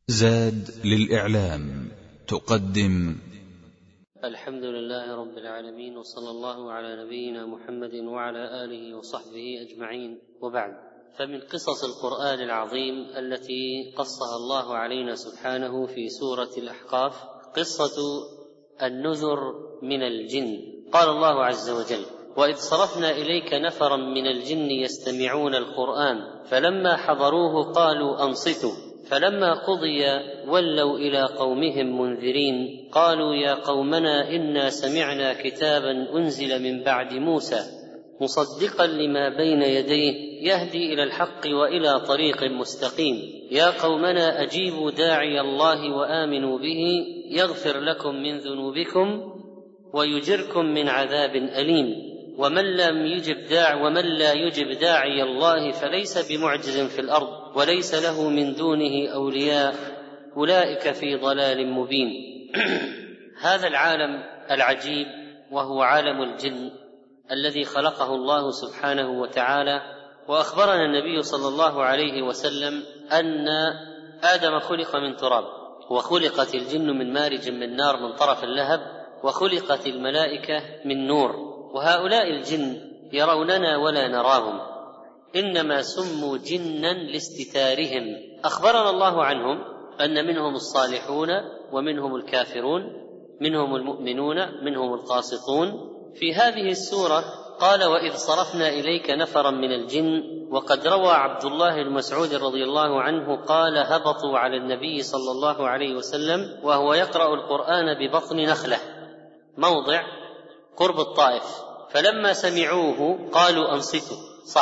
زاد للإعلام تقدم. الحمد لله رب العالمين، وصلى الله على نبينا محمد وعلى آله وصحبه أجمعين، وبعد. فمن قصص القرآن العظيم التي قصها الله علينا سبحانه في سورة الأحقاف قصة النذر من الجن. قال الله عز وجل: وإذ صرفنا إليك نفرا من الجن يستمعون القرآن فلما حضروه قالوا أنصتوا فلما قضي ولوا إلى قومهم منذرين قالوا يا قومنا إنا سمعنا كتابا أنزل من بعد موسى مصدقا لما بين يديه يهدي إلى الحق وإلى طريق مستقيم يا قومنا أجيبوا داعي الله وآمنوا به يغفر لكم من ذنوبكم ويجركم من عذاب أليم ومن لا يجب داعي الله فليس بمعجز في الأرض وليس له من دونه أولياء أولئك في ضلال مبين. هذا العالم العجيب وهو عالم الجن الذي خلقه الله سبحانه وتعالى، وأخبرنا النبي صلى الله عليه وسلم أن آدم خلق من تراب، وخلقت الجن من مارج من نار من طرف اللهب، وخلقت الملائكة من نور. وهؤلاء الجن يروننا ولا نراهم، إنما سموا جنا لاستتارهم. أخبرنا الله عنهم أن منهم الصالحون ومنهم الكافرون، منهم المؤمنون منهم القاسطون. في هذه السورة قال: وإذ صرفنا إليك نفرا من الجن. وقد روى عبد الله بن مسعود رضي الله عنه قال: هبطوا على النبي صلى الله عليه وسلم وهو يقرأ القرآن ببطن نخلة موضع قرب الطائف، فلما سمعوه قالوا أنصتوا.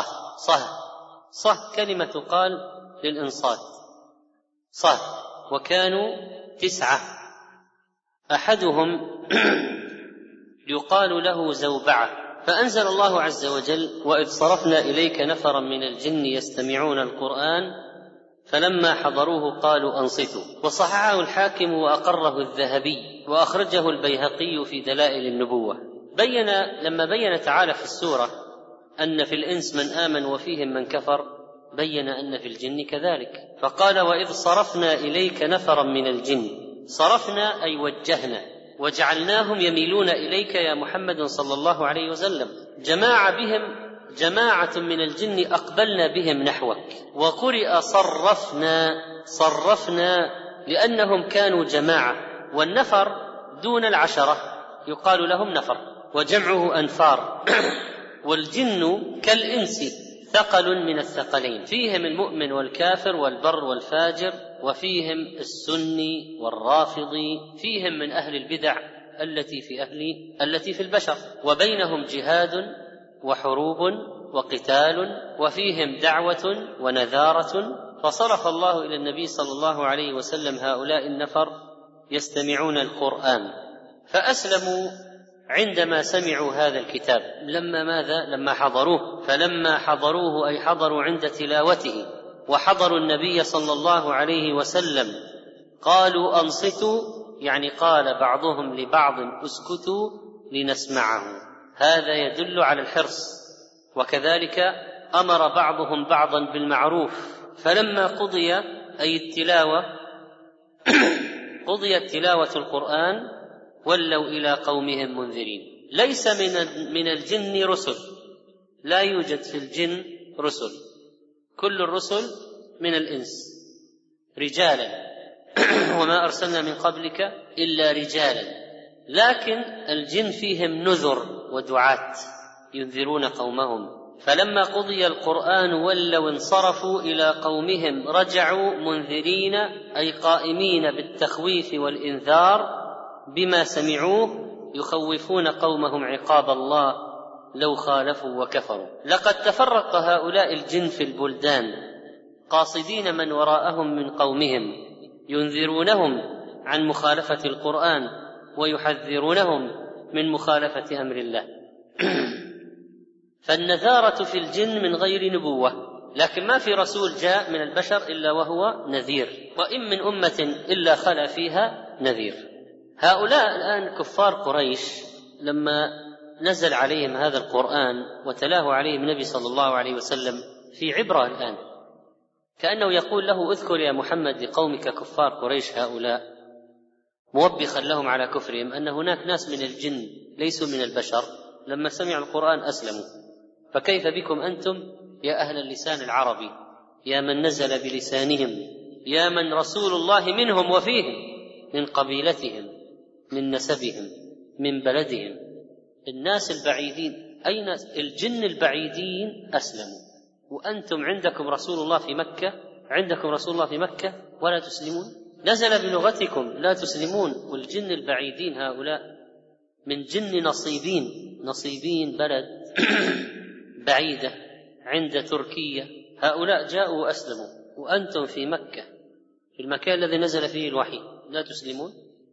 صه كلمة تقال للإنصات، وكانوا 9، أحدهم يقال له زوبعة. فأنزل الله عز وجل: وإذ صرفنا إليك نفرا من الجن يستمعون القرآن فلما حضروه قالوا أنصتوا. وصححه الحاكم وأقره الذهبي، وأخرجه البيهقي في دلائل النبوة. لما بين تعالى في السورة أن في الإنس من آمن وفيهم من كفر، بين أن في الجن كذلك، فقال: وإذ صرفنا إليك نفرا من الجن. صرفنا أي وجهنا وجعلناهم يميلون إليك يا محمد صلى الله عليه وسلم. جماعة من الجن أقبلنا بهم نحوك. وقرئ صرفنا لأنهم كانوا جماعة، والنفر دون 10 يقال لهم نفر، وجمعه أنفار. والجن كالإنس ثقل من الثقلين، فيهم المؤمن والكافر والبر والفاجر، وفيهم السني والرافضي، فيهم من أهل البدع التي في البشر، وبينهم جهاد وحروب وقتال، وفيهم دعوة ونذارة. فصرف الله إلى النبي صلى الله عليه وسلم هؤلاء النفر يستمعون القرآن، فأسلموا عندما سمعوا هذا الكتاب. لما حضروه، فلما حضروه أي حضروا عند تلاوته وحضروا النبي صلى الله عليه وسلم قالوا أنصتوا، يعني قال بعضهم لبعض اسكتوا لنسمعه. هذا يدل على الحرص، وكذلك أمر بعضهم بعضا بالمعروف. فلما قضيت تلاوة القرآن ولوا إلى قومهم منذرين. ليس من الجن رسل، لا يوجد في الجن رسل، كل الرسل من الإنس رجالا، وما أرسلنا من قبلك إلا رجالا. لكن الجن فيهم نذر ودعاة ينذرون قومهم. فلما قضي القرآن ولوا انصرفوا إلى قومهم رجعوا منذرين، أي قائمين بالتخويف والإنذار بما سمعوه، يخوفون قومهم عقاب الله لو خالفوا وكفروا. لقد تفرق هؤلاء الجن في البلدان قاصدين من وراءهم من قومهم، ينذرونهم عن مخالفة القرآن ويحذرونهم من مخالفة أمر الله. فالنذارة في الجن من غير نبوة، لكن ما في رسول جاء من البشر إلا وهو نذير، وإن من أمة إلا خلا فيها نذير. هؤلاء الآن كفار قريش لما نزل عليهم هذا القرآن وتلاه عليهم النبي صلى الله عليه وسلم في عبرة الآن، كأنه يقول له: اذكر يا محمد لقومك كفار قريش هؤلاء، موبخا لهم على كفرهم أن هناك ناس من الجن ليسوا من البشر لما سمعوا القرآن أسلموا، فكيف بكم أنتم يا أهل اللسان العربي، يا من نزل بلسانهم، يا من رسول الله منهم وفيهم، من قبيلتهم، من نسبهم، من بلدهم. الناس البعيدين، أي ناس؟ الجن البعيدين أسلموا، وأنتم عندكم رسول الله في مكة، عندكم رسول الله في مكة ولا تسلمون؟ نزل بلغتكم لا تسلمون، والجن البعيدين هؤلاء من جن نصيبين بلد بعيدة عند تركيا، هؤلاء جاءوا وأسلموا، وأنتم في مكة في المكان الذي نزل فيه الوحي لا تسلمون.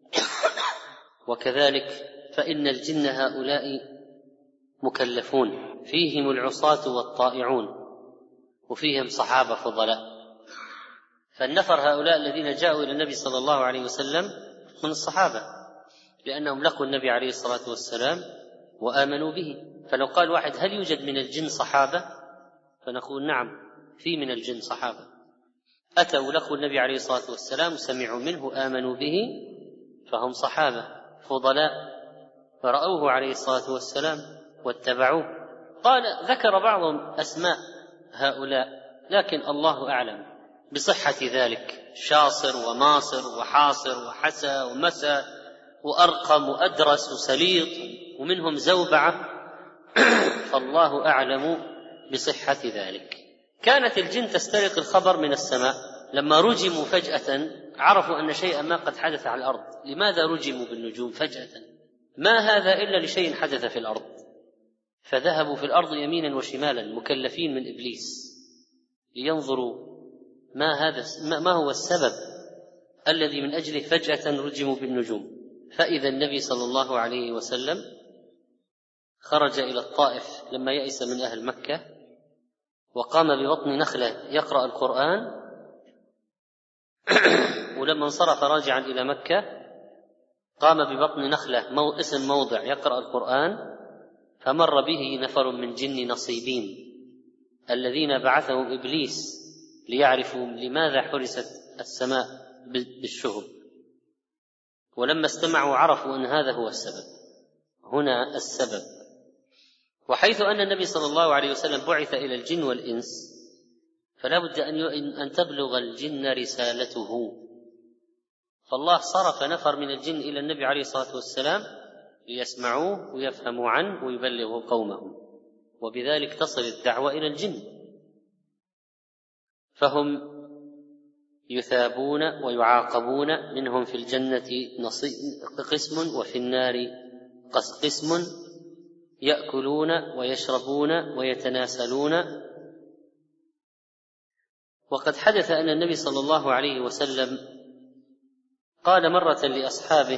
وكذلك فإن الجن هؤلاء مكلفون، فيهم العصاة والطائعون، وفيهم صحابة فضلاء. فالنفر هؤلاء الذين جاءوا إلى النبي صلى الله عليه وسلم من الصحابة، لأنهم لقوا النبي عليه الصلاة والسلام وآمنوا به. فلو قال واحد: هل يوجد من الجن صحابة؟ فنقول: نعم، في من الجن صحابة أتوا لقوا النبي عليه الصلاة والسلام وسمعوا منه آمنوا به، فهم صحابة فضلاء، فرأوه عليه الصلاة والسلام واتبعوه. قال: ذكر بعضهم أسماء هؤلاء، لكن الله أعلم بصحة ذلك، شاصر وماصر وحاصر وحسى ومسى وأرقم وأدرس وسليط، ومنهم زوبعة فالله أعلم بصحة ذلك. كانت الجن تسترق الخبر من السماء، لما رجموا فجأة عرفوا أن شيئا ما قد حدث على الأرض. لماذا رجموا بالنجوم فجأة؟ ما هذا إلا لشيء حدث في الأرض، فذهبوا في الأرض يمينا وشمالا مكلفين من إبليس لينظروا ما هو السبب الذي من أجله فجأة رجموا بالنجوم. فإذا النبي صلى الله عليه وسلم خرج إلى الطائف لما يئس من أهل مكة، وقام ببطن نخلة يقرأ القرآن، ولما انصرف راجعا إلى مكة قام ببطن نخلة اسم موضع يقرأ القرآن، فمر به نفر من جن نصيبين الذين بعثهم إبليس ليعرفوا لماذا حرست السماء بالشهب، ولما استمعوا عرفوا أن هذا هو السبب، هنا السبب. وحيث أن النبي صلى الله عليه وسلم بعث إلى الجن والإنس، فلا بد أن تبلغ الجن رسالته، فالله صرف نفر من الجن إلى النبي عليه الصلاة والسلام ليسمعوه ويفهموا عنه ويبلغوا قومهم، وبذلك تصل الدعوة إلى الجن، فهم يثابون ويعاقبون، منهم في الجنة قسم وفي النار قسم، يأكلون ويشربون ويتناسلون. وقد حدث أن النبي صلى الله عليه وسلم قال مرة لأصحابه: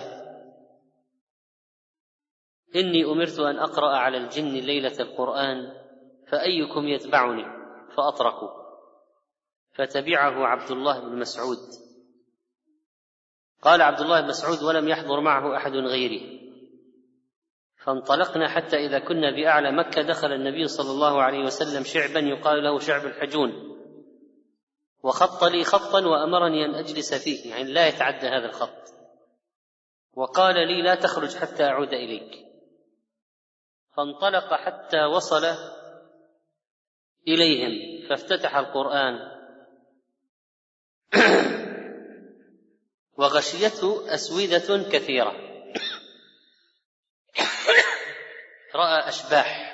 إني أمرت أن أقرأ على الجن ليلة القرآن، فأيكم يتبعني؟ فأطرقوا، فتبعه عبد الله بن مسعود. قال عبد الله بن مسعود: ولم يحضر معه أحد غيري، فانطلقنا حتى إذا كنا بأعلى مكة دخل النبي صلى الله عليه وسلم شعبا يقال له شعب الحجون، وخط لي خطا وأمرني أن أجلس فيه، يعني لا يتعدى هذا الخط، وقال لي: لا تخرج حتى أعود إليك. فانطلق حتى وصل إليهم فافتتح القرآن وغشيته أسودة كثيرة، رأى أشباح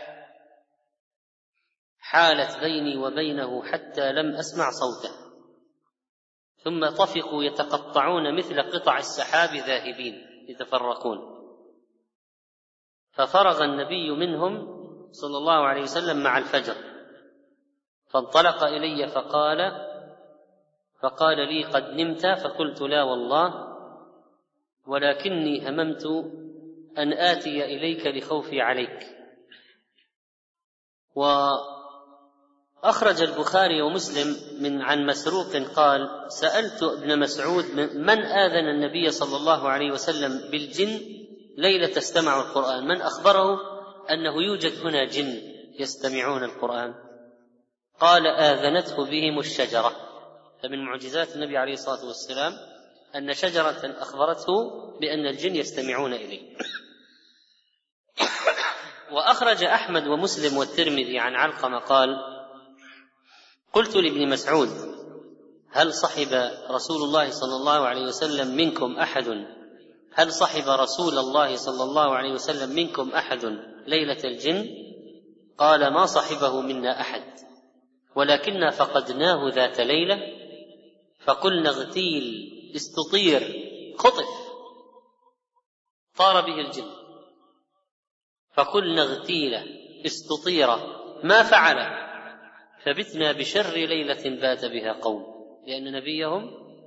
حالت بيني وبينه حتى لم أسمع صوته، ثم طفقوا يتقطعون مثل قطع السحاب ذاهبين يتفرقون. ففرغ النبي منهم صلى الله عليه وسلم مع الفجر، فانطلق إلي فقال لي: قد نمت؟ فقلت: لا والله، ولكني هممت أن آتي إليك لخوفي عليك. وأخرج البخاري ومسلم عن مسروق قال: سألت ابن مسعود: من آذن النبي صلى الله عليه وسلم بالجن ليلة استمعوا القرآن؟ من أخبره أنه يوجد هنا جن يستمعون القرآن؟ قال: آذنته بهم الشجرة، فمن معجزات النبي عليه الصلاة والسلام أن شجرة أخبرته بأن الجن يستمعون إليه. وأخرج أحمد ومسلم والترمذي عن علقمة قال: قلت لابن مسعود: هل صحب رسول الله صلى الله عليه وسلم منكم أحد هل صحب رسول الله صلى الله عليه وسلم منكم أحد ليلة الجن؟ قال: ما صحبه منا أحد، ولكننا فقدناه ذات ليلة فقلنا اغتيل، استطير، خطف، طار به الجن، فقلنا اغتيل، استطير، ما فعل، فبتنا بشر ليلة بات بها قوم، لأن نبيهم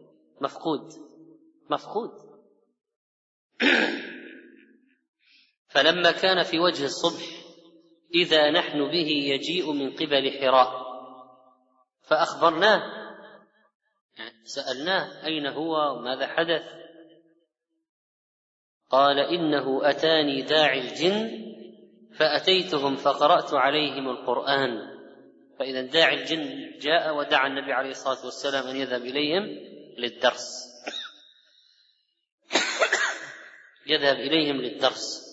مفقود. فلما كان في وجه الصبح إذا نحن به يجيء من قبل حراء، فأخبرناه، سألناه أين هو وماذا حدث؟ قال: إنه أتاني داعي الجن فأتيتهم فقرأت عليهم القرآن. فإذا داعي الجن جاء ودعا النبي عليه الصلاة والسلام أن يذهب إليهم للدرس.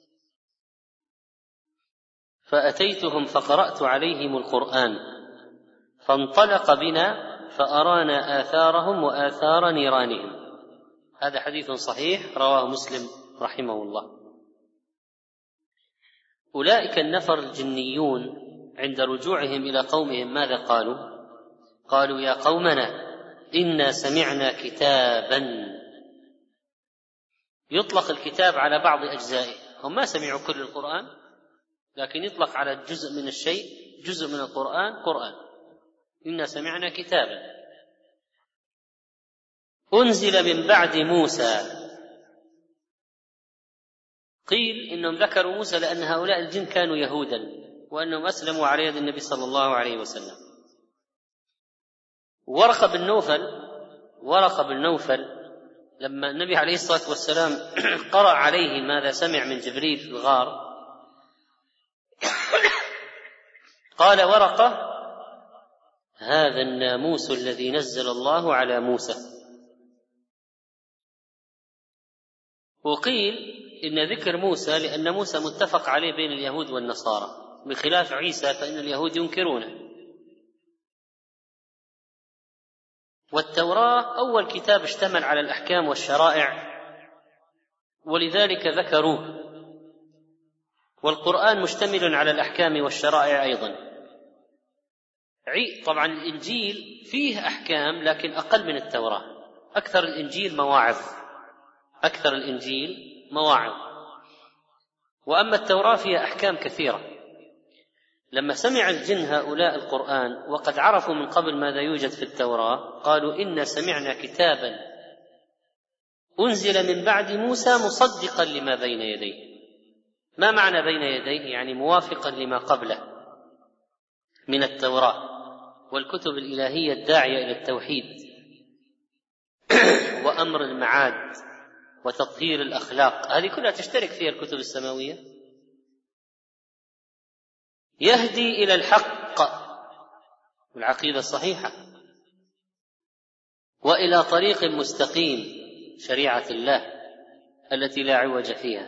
فأتيتهم فقرأت عليهم القرآن فانطلق بنا فأرانا آثارهم وآثار نيرانهم. هذا حديث صحيح رواه مسلم رحمه الله. أولئك النفر الجنيون عند رجوعهم إلى قومهم ماذا قالوا؟ قالوا: يا قومنا إنا سمعنا كتابا. يطلق الكتاب على بعض أجزائه، هم ما سمعوا كل القرآن، لكن يطلق على جزء من الشيء، جزء من القرآن قرآن. إنا سمعنا كتابا أنزل من بعد موسى. قيل إنهم ذكروا موسى لأن هؤلاء الجن كانوا يهودا، وأنهم أسلموا على يد النبي صلى الله عليه وسلم. ورقة بن نوفل لما النبي عليه الصلاة والسلام قرأ عليه ماذا سمع من جبريل في الغار، قال ورقة: هذا الناموس الذي نزل الله على موسى. وقيل إن ذكر موسى لأن موسى متفق عليه بين اليهود والنصارى، بخلاف عيسى فإن اليهود ينكرونه. والتوراة أول كتاب اشتمل على الأحكام والشرائع ولذلك ذكروه، والقرآن مشتمل على الأحكام والشرائع أيضا. طبعا الإنجيل فيه أحكام لكن أقل من التوراة، أكثر الإنجيل مواعظ، وأما التوراة فيها أحكام كثيرة. لما سمع الجن هؤلاء القرآن وقد عرفوا من قبل ماذا يوجد في التوراة، قالوا: إنا سمعنا كتابا أنزل من بعد موسى مصدقا لما بين يديه. ما معنى بين يديه؟ يعني موافقا لما قبله من التوراة والكتب الإلهية الداعية إلى التوحيد وأمر المعاد وتطهير الأخلاق، هذه كلها تشترك فيها الكتب السماوية. يهدي إلى الحق والعقيدة الصحيحة، وإلى طريق مستقيم، شريعة الله التي لا عوج فيها.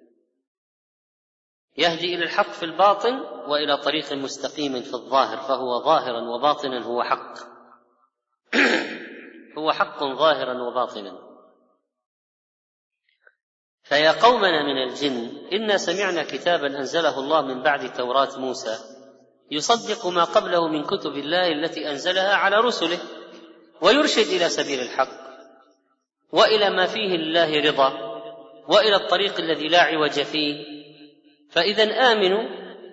يهدي إلى الحق في الباطن وإلى طريق مستقيم في الظاهر، فهو ظاهرا وباطنا هو حق هو حق ظاهرا وباطنا. فيا قومنا من الجن إنا سمعنا كتابا أنزله الله من بعد توراة موسى يصدق ما قبله من كتب الله التي أنزلها على رسله، ويرشد إلى سبيل الحق وإلى ما فيه لله رضا وإلى الطريق الذي لا عوج فيه. فإذا آمنوا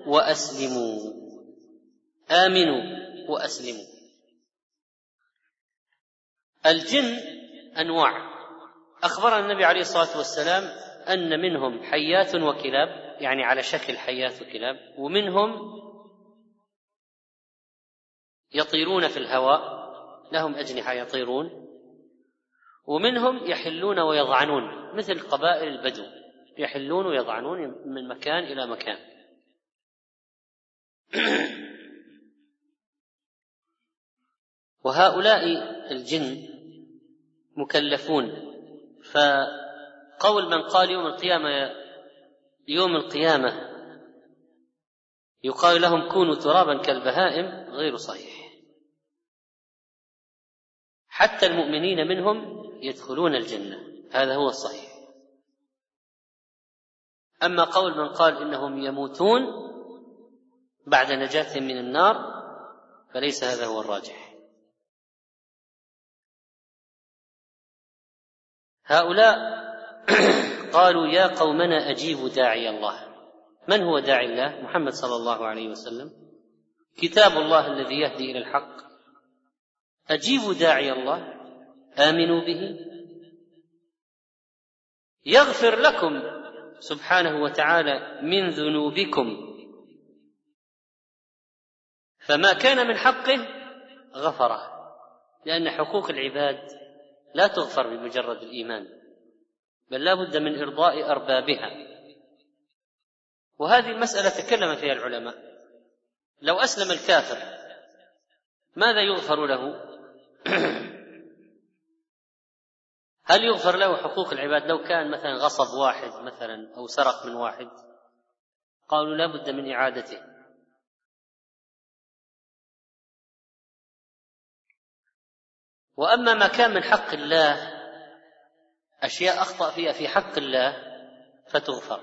وأسلموا. الجن أنواع، أخبرنا النبي عليه الصلاة والسلام أن منهم حيات وكلاب، يعني على شكل حيات وكلاب، ومنهم يطيرون في الهواء لهم أجنحة يطيرون، ومنهم يحلون ويضعنون مثل قبائل البدو، يحلون ويضعنون من مكان إلى مكان. وهؤلاء الجن مكلفون. فقول من قال يوم القيامة يقال لهم كونوا ترابا كالبهائم غير صحيح. حتى المؤمنين منهم يدخلون الجنة، هذا هو الصحيح. أما قول من قال إنهم يموتون بعد نجاة من النار فليس هذا هو الراجح. هؤلاء قالوا يا قومنا أجيبوا داعي الله. من هو داعي الله؟ محمد صلى الله عليه وسلم، كتاب الله الذي يهدي إلى الحق. أجيبوا داعي الله، آمنوا به يغفر لكم سبحانه وتعالى من ذنوبكم، فما كان من حقه غفره، لأن حقوق العباد لا تغفر بمجرد الإيمان، بل لا بد من إرضاء أربابها. وهذه المسألة تكلم فيها العلماء. لو أسلم الكافر ماذا يغفر له؟ هل يغفر له حقوق العباد لو كان مثلا غصب واحد مثلا أو سرق من واحد؟ قالوا لا بد من إعادته. وأما ما كان من حق الله، أشياء أخطأ فيها في حق الله فتغفر.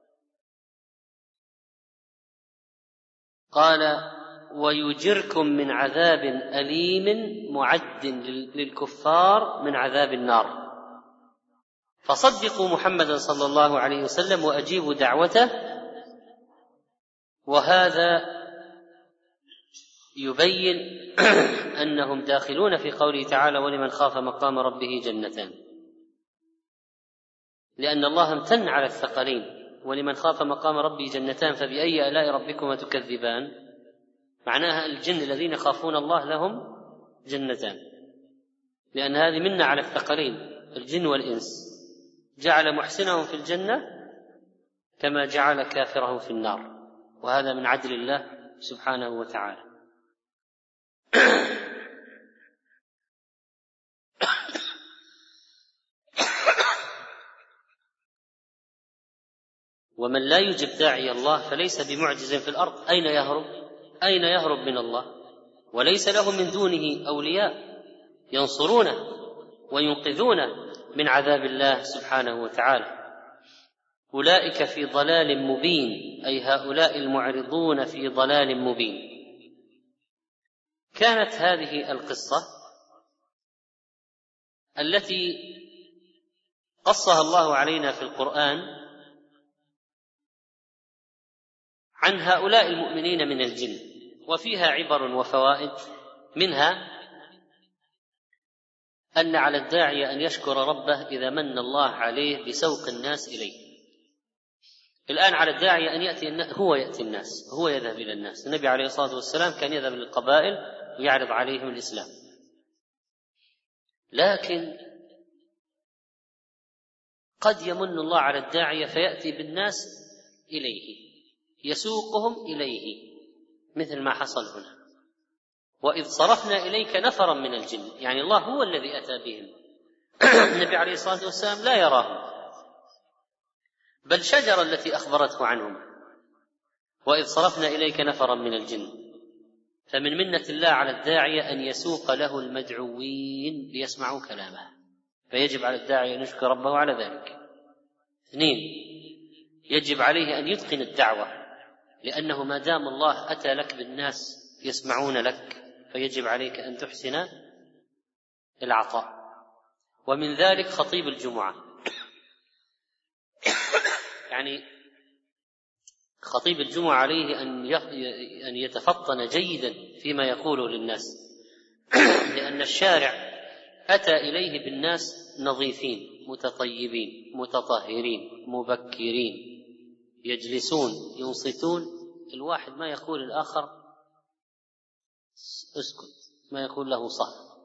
قال ويجركم من عذاب أليم معد للكفار من عذاب النار. فصدقوا محمدا صلى الله عليه وسلم وأجيبوا دعوته. وهذا يبين أنهم داخلون في قوله تعالى ولمن خاف مقام ربه جنتان، لأن الله امتن على الثقلين. ولمن خاف مقام ربه جنتان فبأي آلاء ربكما تكذبان، معناها الجن الذين يخافون الله لهم جنتان، لأن هذه منة على الثقلين الجن والإنس، جعل محسنهم في الجنة كما جعل كافرهم في النار، وهذا من عدل الله سبحانه وتعالى. ومن لا يجب داعي الله فليس بمعجز في الأرض. أين يهرب؟ أين يهرب من الله؟ وليس له من دونه أولياء ينصرونه وينقذونه من عذاب الله سبحانه وتعالى. أولئك في ضلال مبين، أي هؤلاء المعرضون في ضلال مبين. كانت هذه القصة التي قصها الله علينا في القرآن عن هؤلاء المؤمنين من الجن، وفيها عبر وفوائد. منها أن على الداعية أن يشكر ربه إذا من الله عليه بسوق الناس إليه. الآن على الداعية أن هو يأتي الناس، هو يذهب إلى الناس. النبي عليه الصلاة والسلام كان يذهب للقبائل ويعرض عليهم الإسلام، لكن قد يمن الله على الداعية فيأتي بالناس إليه، يسوقهم إليه، مثل ما حصل هنا. وإذ صرفنا إليك نفرا من الجن، يعني الله هو الذي أتى بهم. النبي عليه الصلاة والسلام لا يراهم، بل شجرة التي أخبرته عنهم. وإذ صرفنا إليك نفرا من الجن. فمن منة الله على الداعية أن يسوق له المدعوين ليسمعوا كلامه، فيجب على الداعية أن يشكر ربه على ذلك. 2، يجب عليه أن يتقن الدعوة، لأنه ما دام الله أتى لك بالناس يسمعون لك فيجب عليك أن تحسن العطاء. ومن ذلك خطيب الجمعة، يعني خطيب الجمعة عليه أن يتفطن جيدا فيما يقوله للناس، لأن الشارع أتى إليه بالناس نظيفين متطيبين متطهرين مبكرين، يجلسون ينصتون. الواحد ما يقول الآخر اسكت، ما يقول له صح.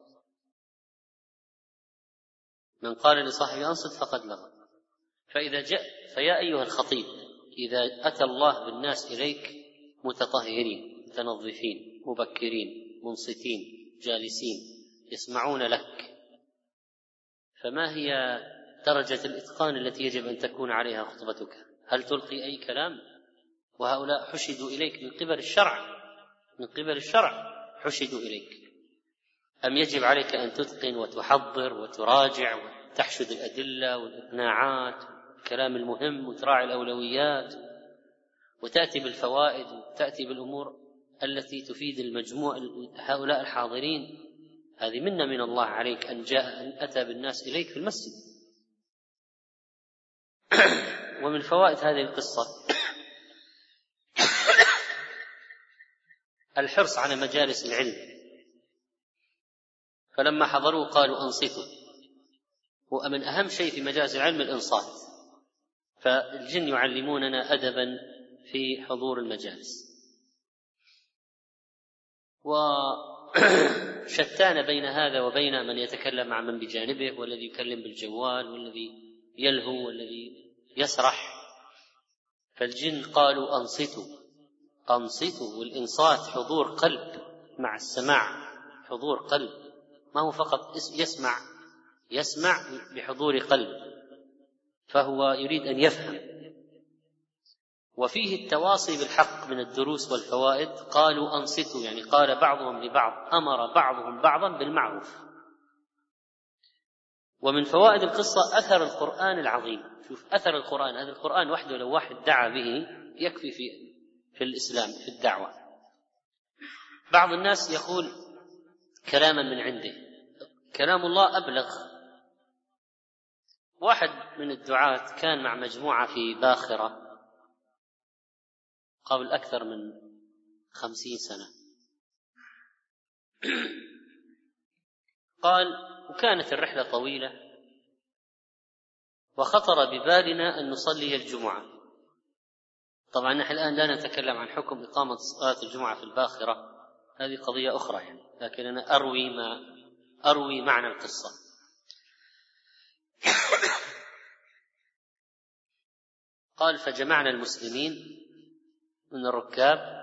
من قال لصاحبه أنصت فقد لغى. فيا أيها الخطيب، إذا أتى الله بالناس إليك متطهرين متنظفين مبكرين منصتين جالسين يسمعون لك، فما هي درجة الإتقان التي يجب أن تكون عليها خطبتك؟ هل تلقي أي كلام وهؤلاء حشدوا إليك من قبل الشرع حشدوا إليك، أم يجب عليك أن تتقن وتحضر وتراجع وتحشد الأدلة والإقناعات والكلام المهم وتراعي الأولويات وتأتي بالفوائد وتأتي بالأمور التي تفيد المجموع هؤلاء الحاضرين؟ هذه منة من الله عليك أن أتى بالناس إليك في المسجد. ومن فوائد هذه القصة الحرص على مجالس العلم، فلما حضروا قالوا أنصتوا، ومن أهم شيء في مجالس العلم الإنصات، فالجن يعلموننا أدبا في حضور المجالس. وشتان بين هذا وبين من يتكلم مع من بجانبه، والذي يكلم بالجوال، والذي يلهو، والذي يسرح. فالجن قالوا أنصتوا، والإنصات حضور قلب مع السماع، حضور قلب، ما هو فقط يسمع بحضور قلب، فهو يريد أن يفهم. وفيه التواصي بالحق من الدروس والفوائد. قالوا أنصتوا يعني قال بعضهم لبعض، أمر بعضهم بعضا بالمعروف. ومن فوائد القصة أثر القرآن العظيم. شوف أثر القرآن، هذا القرآن وحده لو واحد دعا به يكفي في الإسلام في الدعوة. بعض الناس يقول كلاما من عنده، كلام الله أبلغ. واحد من الدعاة كان مع مجموعة في باخرة قبل أكثر من 50 سنة، قال وكانت الرحلة طويلة، وخطر ببالنا أن نصلي الجمعة. طبعا نحن الآن لا نتكلم عن حكم إقامة صلاة الجمعة في الباخرة، هذه قضية أخرى يعني، لكن أنا أروي معنى القصة. قال فجمعنا المسلمين من الركاب،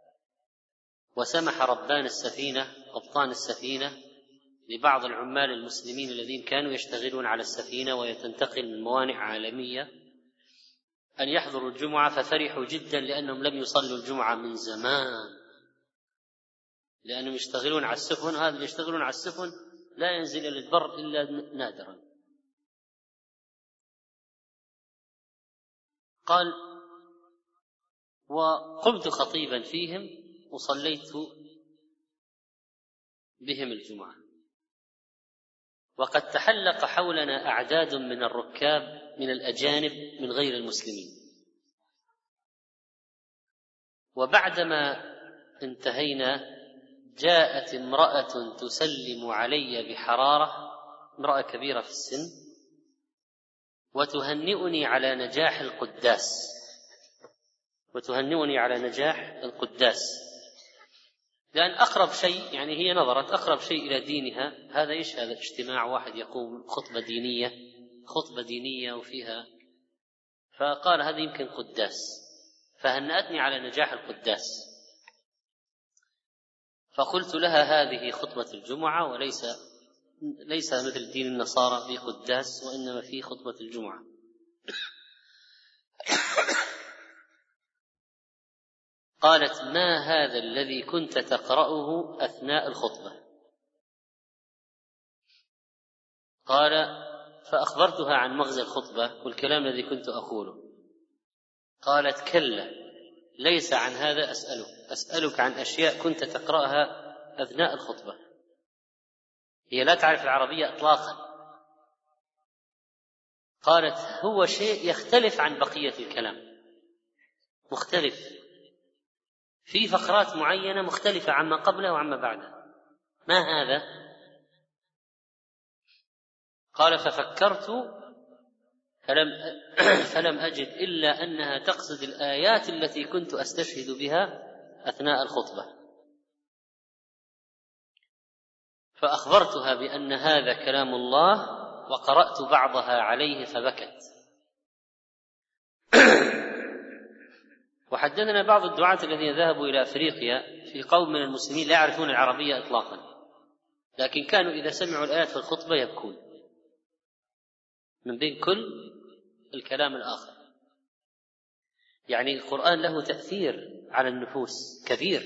وسمح ربان السفينة قبطان السفينة لبعض العمال المسلمين الذين كانوا يشتغلون على السفينة ويتنتقل من موانئ عالمية أن يحضروا الجمعة، ففرحوا جدا لأنهم لم يصلوا الجمعة من زمان، لأنهم يشتغلون على السفن، هذا اللي يشتغلون على السفن لا ينزل إلى البر إلا نادرا. قال وقمت خطيبا فيهم وصليت بهم الجمعة، وقد تحلق حولنا أعداد من الركاب من الأجانب من غير المسلمين. وبعدما انتهينا جاءت امرأة تسلم علي بحرارة، امرأة كبيرة في السن، وتهنئني على نجاح القداس، لأن أقرب شيء يعني هي نظرت أقرب شيء إلى دينها. هذا إيش؟ هذا اجتماع واحد يقوم خطبة دينية وفيها، فقال هذا يمكن قداس، فهنأتني على نجاح القداس. فقلت لها هذه خطبة الجمعة، وليس مثل دين النصارى في قداس، وإنما في خطبة الجمعة. قالت ما هذا الذي كنت تقرأه أثناء الخطبة؟ قال فأخبرتها عن مغزى الخطبة والكلام الذي كنت أقوله. قالت كلا، ليس عن هذا أسألك عن أشياء كنت تقرأها أثناء الخطبة. هي لا تعرف العربية إطلاقا. قالت هو شيء يختلف عن بقية الكلام، مختلف في فقرات معينة مختلفة عما قبله وعما بعده. ما هذا؟ قال ففكرت فلم أجد إلا أنها تقصد الآيات التي كنت أستشهد بها أثناء الخطبة، فأخبرتها بأن هذا كلام الله، وقرأت بعضها عليه فبكت. وحدثنا بعض الدعاة الذين ذهبوا إلى أفريقيا في قوم من المسلمين لا يعرفون العربية إطلاقا، لكن كانوا إذا سمعوا الآيات في الخطبة يبكون من بين كل الكلام الآخر. يعني القرآن له تأثير على النفوس كبير.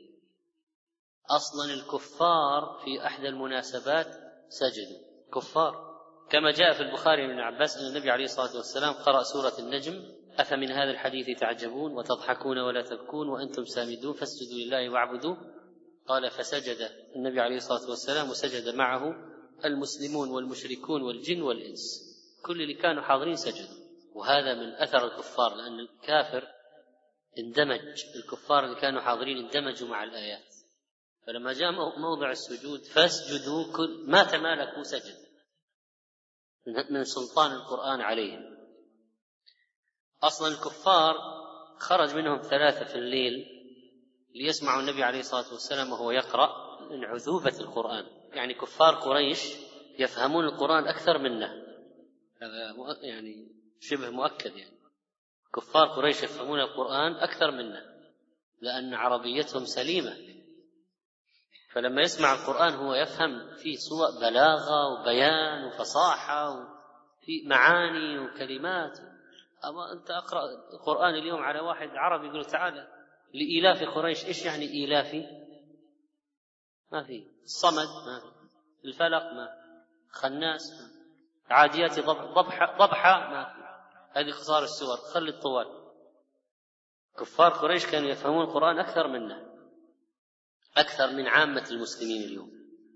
أصلا الكفار في أحد المناسبات سجدوا، كفار، كما جاء في البخاري من عباس أن النبي عليه الصلاة والسلام قرأ سورة النجم: أفمن هذا الحديث تعجبون وتضحكون ولا تبكون وأنتم سامدون فاسجدوا لله واعبدوا. قال فسجد النبي عليه الصلاة والسلام وسجد معه المسلمون والمشركون والجن والإنس، كل اللي كانوا حاضرين سجدوا. وهذا من أثر الكفار، لأن الكافر اندمج، الكفار اللي كانوا حاضرين اندمجوا مع الآيات، فلما جاء موضع السجود فاسجدوا كل ما تمالكوا سجد من سلطان القرآن عليهم. أصلا الكفار خرج منهم 3 في الليل ليسمعوا النبي عليه الصلاة والسلام وهو يقرأ من عذوبة القرآن. يعني كفار قريش يفهمون القرآن أكثر منا، هذا يعني شبه مؤكد. يعني كفار قريش يفهمون القرآن أكثر منا لأن عربيتهم سليمة، فلما يسمع القرآن هو يفهم فيه سوء بلاغة وبيان وفصاحة وفي معاني وكلمات. أما أنت أقرأ القرآن اليوم على واحد عربي يقول تعالى لإيلاف قريش، إيش يعني إيلافي؟ ما في. الصمد ما في، الفلق ما في، خناس ما في، عاديات ضبحة ما في. هذه قصار السور، خلي الطوال. كفار قريش كانوا يفهمون القرآن أكثر منا، أكثر من عامة المسلمين اليوم.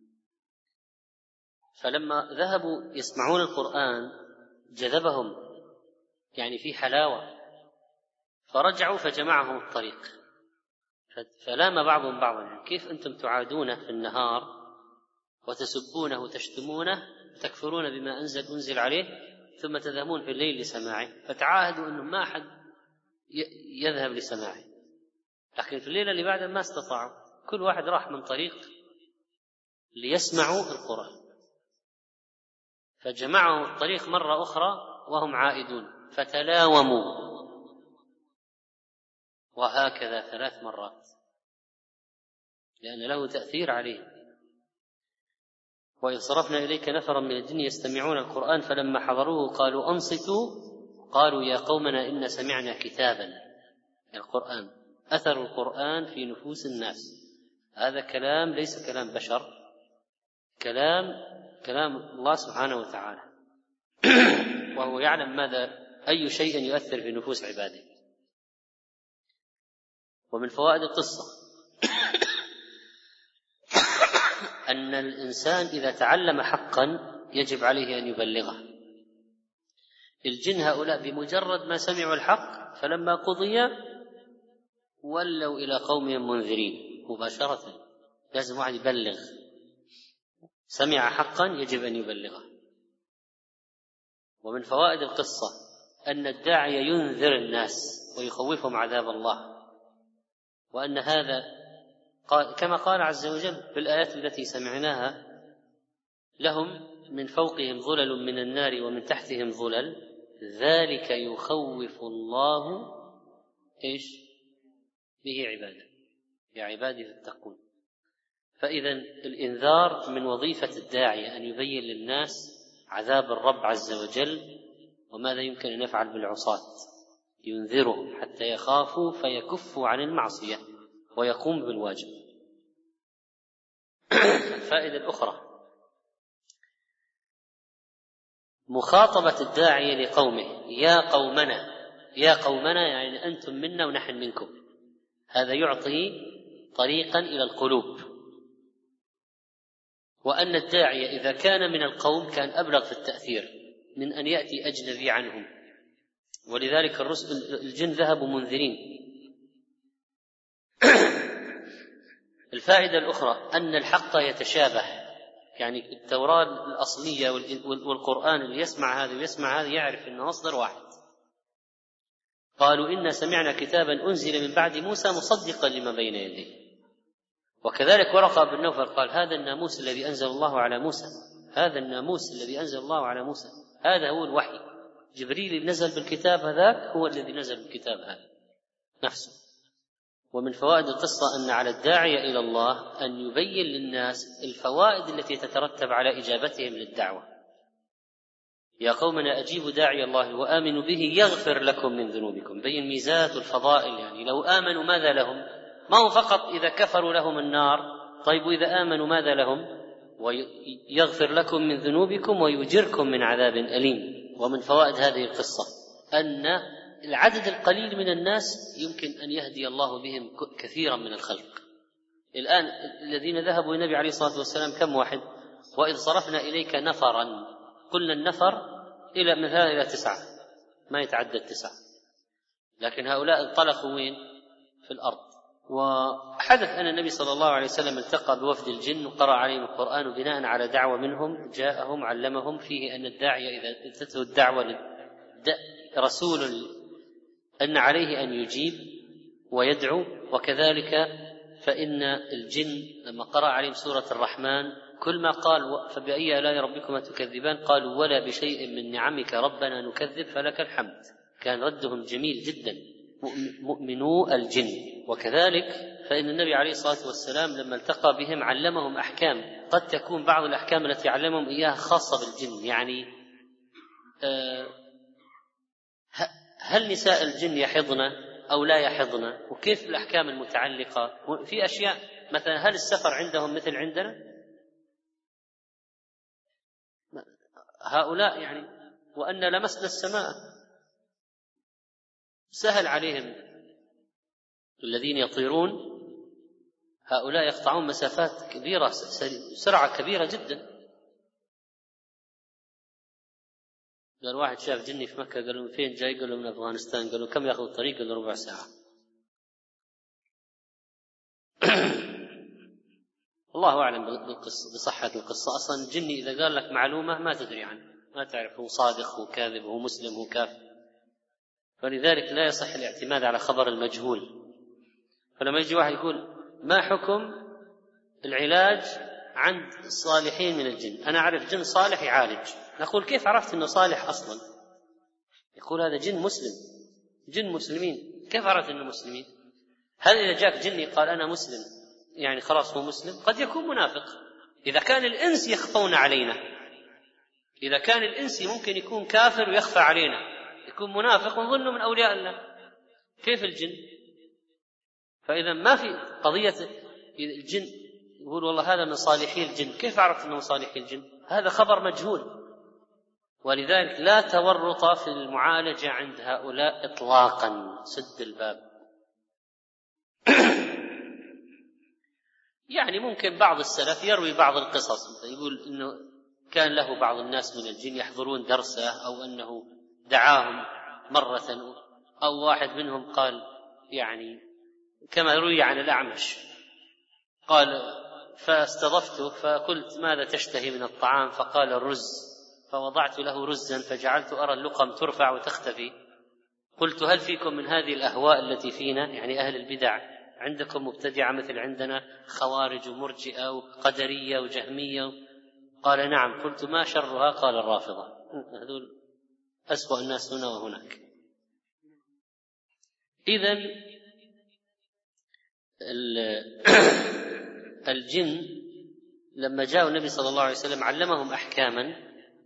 فلما ذهبوا يسمعون القرآن جذبهم، يعني في حلاوة، فرجعوا فجمعهم الطريق، فلام بعضهم بعضا: كيف أنتم تعادونه في النهار وتسبونه وتشتمونه وتكفرون بما أنزل عليه ثم تذهبون في الليل لسماعه؟ فتعاهدوا أنه ما أحد يذهب لسماعه، لكن في الليلة اللي بعدها ما استطاعوا، كل واحد راح من طريق ليسمعوا القرآن، فجمعهم الطريق مرة أخرى وهم عائدون فتلاوموا، وهكذا 3 مرات، لأن له تأثير عليهم. وإذ صرفنا إليك نفرا من الجن يستمعون القرآن فلما حضروه قالوا أنصتوا قالوا يا قومنا إن سمعنا كتابا. القرآن، أثر القرآن في نفوس الناس، هذا كلام ليس كلام بشر، كلام الله سبحانه وتعالى وهو يعلم أي شيء يؤثر في نفوس عباده. ومن فوائد القصة أن الإنسان إذا تعلم حقا يجب عليه أن يبلغه. الجن هؤلاء بمجرد ما سمعوا الحق فلما قضي ولوا إلى قومهم منذرين مباشرة. لازم واحد يبلغ، سمع حقا يجب أن يبلغه. ومن فوائد القصة أن الداعي ينذر الناس ويخوفهم عذاب الله، وأن هذا كما قال عز وجل في الآيات التي سمعناها: لهم من فوقهم ظلل من النار ومن تحتهم ظلل ذلك يخوف الله به عباده، يا عبادي فاتقون. فإذا الإنذار من وظيفة الداعية أن يبين للناس عذاب الرب عز وجل وماذا يمكن أن يفعل بالعصاة، ينذرهم حتى يخافوا فيكفوا عن المعصية ويقوم بالواجب. الفائدة الأخرى مخاطبة الداعية لقومه: يا قومنا يعني أنتم منا ونحن منكم. هذا يعطي طريقا إلى القلوب، وأن الداعية إذا كان من القوم كان أبلغ في التأثير من أن يأتي أجنبي عنهم، ولذلك الجن ذهبوا منذرين. الفائدة الأخرى أن الحق يتشابه، يعني التوراة الأصلية والقرآن اللي يسمع هذا ويسمع هذا يعرف أنه مصدر واحد. قالوا إنا سمعنا كتابا أنزل من بعد موسى مصدقا لما بين يديه. وكذلك ورقة بن نوفل قال: هذا الناموس الذي أنزل الله على موسى، هذا الناموس الذي أنزل الله على موسى، هذا هو الوحي. جبريل نزل بالكتاب هذاك هو الذي نزل بالكتاب هذا نفسه. ومن فوائد القصة أن على الداعية إلى الله أن يبين للناس الفوائد التي تترتب على إجابتهم للدعوة. يا قومنا أجيبوا داعي الله وآمنوا به يغفر لكم من ذنوبكم. بين ميزات والفضائل، يعني لو آمنوا ماذا لهم؟ ما هو فقط إذا كفروا لهم النار، طيب وإذا آمنوا ماذا لهم؟ ويغفر لكم من ذنوبكم ويجركم من عذاب أليم. ومن فوائد هذه القصة أن العدد القليل من الناس يمكن أن يهدي الله بهم كثيرا من الخلق. الآن الذين ذهبوا النبي عليه الصلاة والسلام كم واحد؟ وإذ صرفنا إليك نفرا، قلنا النفر إلى من 3 إلى 9، ما يتعدى 9، لكن هؤلاء انطلقوا وين؟ في الأرض. وحدث أن النبي صلى الله عليه وسلم التقى بوفد الجن وقرأ عليهم القرآن، وبناء على دعوة منهم جاءهم علمهم فيه أن الداعية إذا أتته الدعوة رسول أن عليه أن يجيب ويدعو. وكذلك فإن الجن لما قرأ عليهم سورة الرحمن كل ما قال فبأي آلاء ربكما تكذبان قالوا ولا بشيء من نعمك ربنا نكذب فلك الحمد. كان ردهم جميل جدا، مؤمنو الجن. وكذلك فإن النبي عليه الصلاة والسلام لما التقى بهم علمهم أحكام، قد تكون بعض الأحكام التي علمهم إياها خاصة بالجن، يعني هل نساء الجن يحضن أو لا يحضن، وكيف الأحكام المتعلقة في أشياء، مثلا هل السفر عندهم مثل عندنا؟ هؤلاء يعني وأن لمسنا السماء سهل عليهم. الذين يطيرون هؤلاء يقطعون مسافات كبيرة، سرعة كبيرة جدا. قال واحد شاف جني في مكة، قالوا من فين جاي؟ قالوا من أفغانستان. قالوا كم يأخذ الطريق؟ قالوا ربع ساعة. الله أعلم بصحة القصة. أصلا الجني إذا قال لك معلومة ما تدري عنه، ما تعرف هو صادق هو كاذب هو مسلم هو كافر، فلذلك لا يصح الاعتماد على خبر المجهول. فلما يجي واحد يقول ما حكم العلاج عند الصالحين من الجن؟ أنا أعرف جن صالح يعالج. نقول كيف عرفت أنه صالح أصلا؟ يقول هذا جن مسلم، جن مسلمين. كيف عرفت أنه مسلمين؟ هل إذا جاك جني قال أنا مسلم يعني خلاص هو مسلم؟ قد يكون منافق. إذا كان الإنس يخفون علينا، إذا كان الإنس ممكن يكون كافر ويخفى علينا، يكون منافق ونظنه من أولياء الله، كيف الجن؟ فإذا ما في قضية الجن يقول والله هذا من صالحي الجن، كيف عرفت أنه صالحي الجن؟ هذا خبر مجهول. ولذلك لا تورط في المعالجة عند هؤلاء إطلاقا، سد الباب. يعني ممكن بعض السلف يروي بعض القصص، يقول إنه كان له بعض الناس من الجن يحضرون درسه، أو أنه دعاهم مرة، أو واحد منهم قال يعني كما روي عن الأعمش قال فاستضفته فقلت ماذا تشتهي من الطعام؟ فقال الرز، فوضعت له رزا فجعلت أرى اللقم ترفع وتختفي. قلت هل فيكم من هذه الأهواء التي فينا؟ يعني أهل البدع، عندكم مبتدعة مثل عندنا خوارج ومرجئة وقدرية وجهمية؟ قال نعم. قلت ما شرها؟ قال الرافضة. هذول أسوأ الناس هنا وهناك. إذن الجن لما جاءوا النبي صلى الله عليه وسلم علمهم أحكاما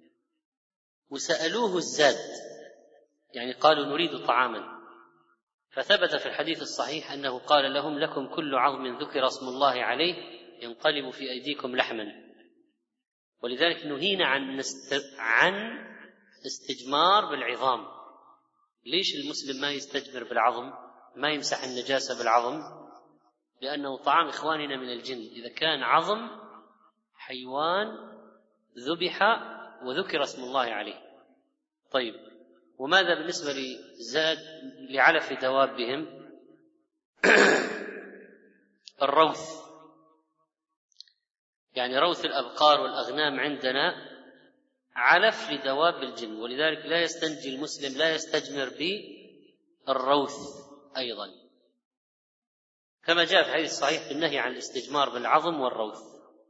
وسألوه الزاد، يعني قالوا نريد طعاما، فثبت في الحديث الصحيح أنه قال لهم لكم كل عظم ذكر اسم الله عليه ينقلب في أيديكم لحما. ولذلك نهينا عن استجمار بالعظام. ليش المسلم ما يستجمر بالعظم، ما يمسح النجاسة بالعظم؟ لأنه طعام إخواننا من الجن. إذا كان عظم حيوان ذبح وذكر اسم الله عليه. طيب وماذا بالنسبة لزاد لعلف دوابهم؟ الروث، يعني روث الأبقار والأغنام عندنا علف لدواب الجن، ولذلك لا يستنجي المسلم، لا يستجمر بالروث أيضا، كما جاء في الحديث الصحيح بالنهي عن الاستجمار بالعظم والروث.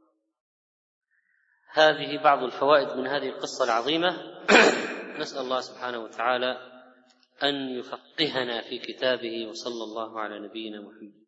هذه بعض الفوائد من هذه القصة العظيمة. نسأل الله سبحانه وتعالى أن يفقهنا في كتابه، وصلى الله على نبينا محمد.